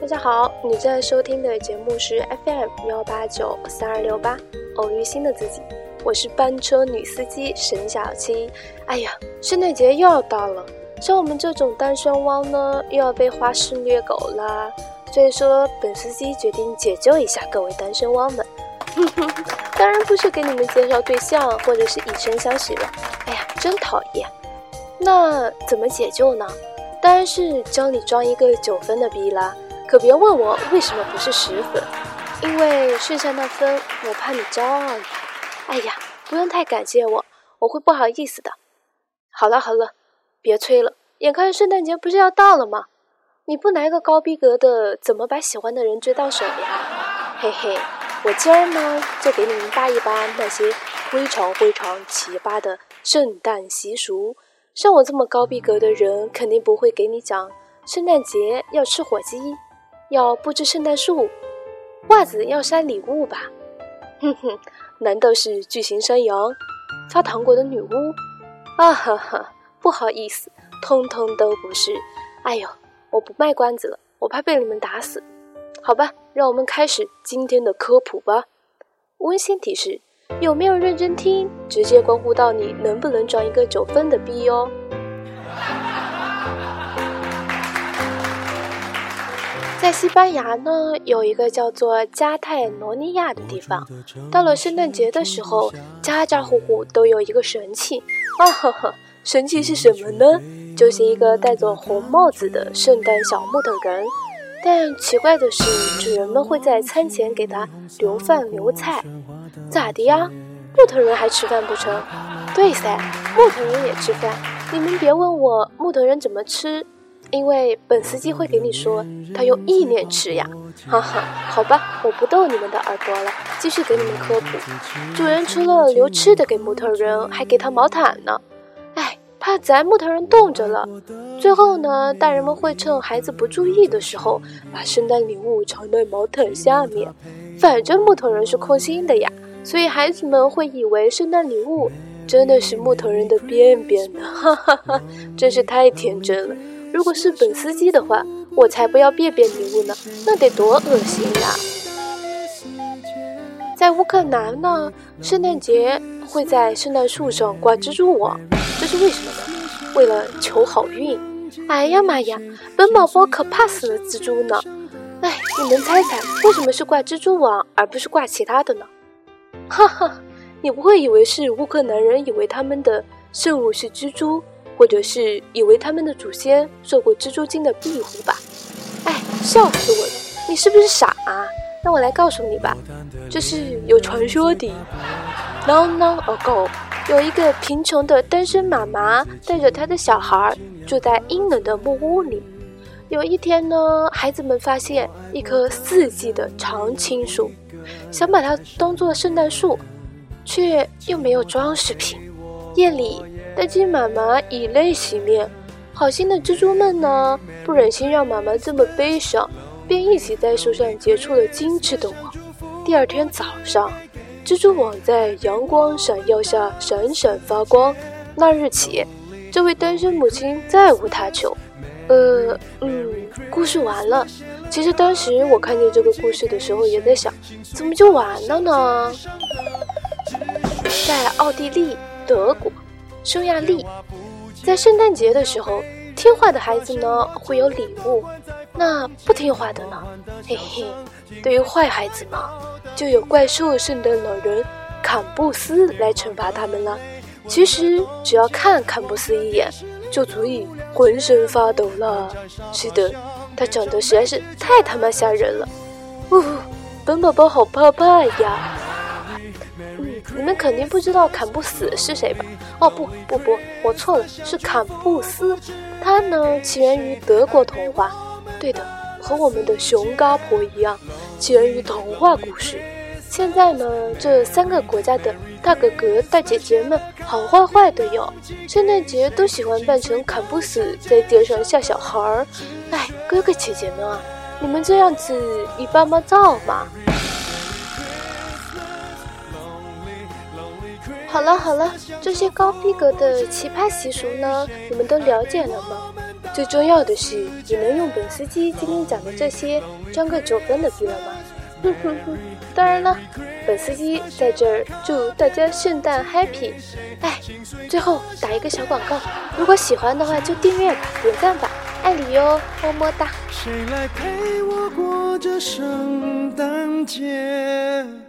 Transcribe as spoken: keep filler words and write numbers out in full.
大家好，你在收听的节目是 F M 幺八九三二六八，偶遇新的自己，我是班车女司机沈小七。哎呀，圣诞节又要到了，像我们这种单身汪呢，又要被花式虐狗啦。所以说，本司机决定解救一下各位单身汪们。当然不是给你们介绍对象，或者是以身相许了。哎呀，真讨厌。那怎么解救呢？当然是教你装一个九分的逼啦。可别问我为什么不是十分，因为剩下那分我怕你骄傲呀。哎呀，不用太感谢我，我会不好意思的。好了好了，别催了，眼看圣诞节不是要到了吗？你不来个高逼格的，怎么把喜欢的人追到手呀？嘿嘿，我今儿呢就给你们扒一扒那些非常非常奇葩的圣诞习俗。像我这么高逼格的人，肯定不会给你讲圣诞节要吃火鸡，要布置圣诞树，袜子要塞礼物吧？哼哼，难道是巨型山羊，发糖果的女巫？啊哈哈，不好意思，通通都不是。哎呦，我不卖关子了，我怕被你们打死。好吧，让我们开始今天的科普吧。温馨提示，有没有认真听，直接关乎到你能不能装一个九分的逼哦。在西班牙呢，有一个叫做加泰罗尼亚的地方，到了圣诞节的时候，家家户户都有一个神器。啊哈哈，神器是什么呢？就是一个戴着红帽子的圣诞小木头人。但奇怪的是，主人们会在餐前给他留饭留菜。咋的呀？木头人还吃饭不成？对噻，木头人也吃饭。你们别问我木头人怎么吃，因为本司机会给你说他用意念吃呀。哈哈，好吧，我不逗你们的耳朵了，继续给你们科普。主人除了留吃的给木头人，还给他毛毯呢。哎，怕咱木头人冻着了。最后呢，大人们会趁孩子不注意的时候，把圣诞礼物藏在毛毯下面。反正木头人是空心的呀，所以孩子们会以为圣诞礼物真的是木头人的便便呢。哈哈哈，真是太天真了。如果是本司机的话，我才不要便便礼物呢，那得多恶心呀！在乌克兰呢，圣诞节会在圣诞树上挂蜘蛛网，这是为什么呢？为了求好运。哎呀妈呀，本宝宝可怕死了蜘蛛呢！哎，你们猜猜，为什么是挂蜘蛛网而不是挂其他的呢？哈哈，你不会以为是乌克兰人以为他们的圣物是蜘蛛，或者是以为他们的祖先受过蜘蛛精的庇护吧？哎，笑死我了！你是不是傻啊？让我来告诉你吧，这是有传说的。Long long ago， 有一个贫穷的单身妈妈带着她的小孩住在阴冷的木屋里。有一天呢，孩子们发现一棵四季的常青树，想把它当作圣诞树，却又没有装饰品。夜里，单亲妈妈以泪洗面，好心的蜘蛛们呢，不忍心让妈妈这么悲伤，便一起在树上结出了精致的网。第二天早上，蜘蛛网在阳光闪耀下闪闪发光。那日起，这位单身母亲再无他求。呃，嗯，故事完了。其实当时我看见这个故事的时候，也在想，怎么就完了呢？在奥地利、德国、匈牙利，在圣诞节的时候，听话的孩子呢会有礼物，那不听话的呢，嘿嘿，对于坏孩子嘛，就有怪兽圣诞老人坎布斯来惩罚他们了。其实只要看坎布斯一眼，就足以浑身发抖了。是的，他长得实在是太他妈吓人了。呜、哦，本宝宝好怕怕呀。嗯，你们肯定不知道坎布斯是谁吧？哦，不不不，我错了，是坎布斯。他呢，起源于德国童话。对的，和我们的熊嘎婆一样，起源于童话故事。现在呢，这三个国家的大哥哥大姐姐们好坏坏的哟，圣诞节都喜欢扮成坎布斯在街上吓小孩儿。哎，哥哥姐姐们啊，你们这样子一棒棒照嘛。好了好了，这些高逼格的奇葩习俗呢，你们都了解了吗？ 最重要的是，你能用本司机今天讲的这些装个九分的逼了吗？哼哼哼！当然了，本司机在这儿祝大家圣诞 happy。哎，最后打一个小广告，如果喜欢的话就订阅吧，点赞吧，爱你哟，么么哒。 谁来陪我过这圣诞节？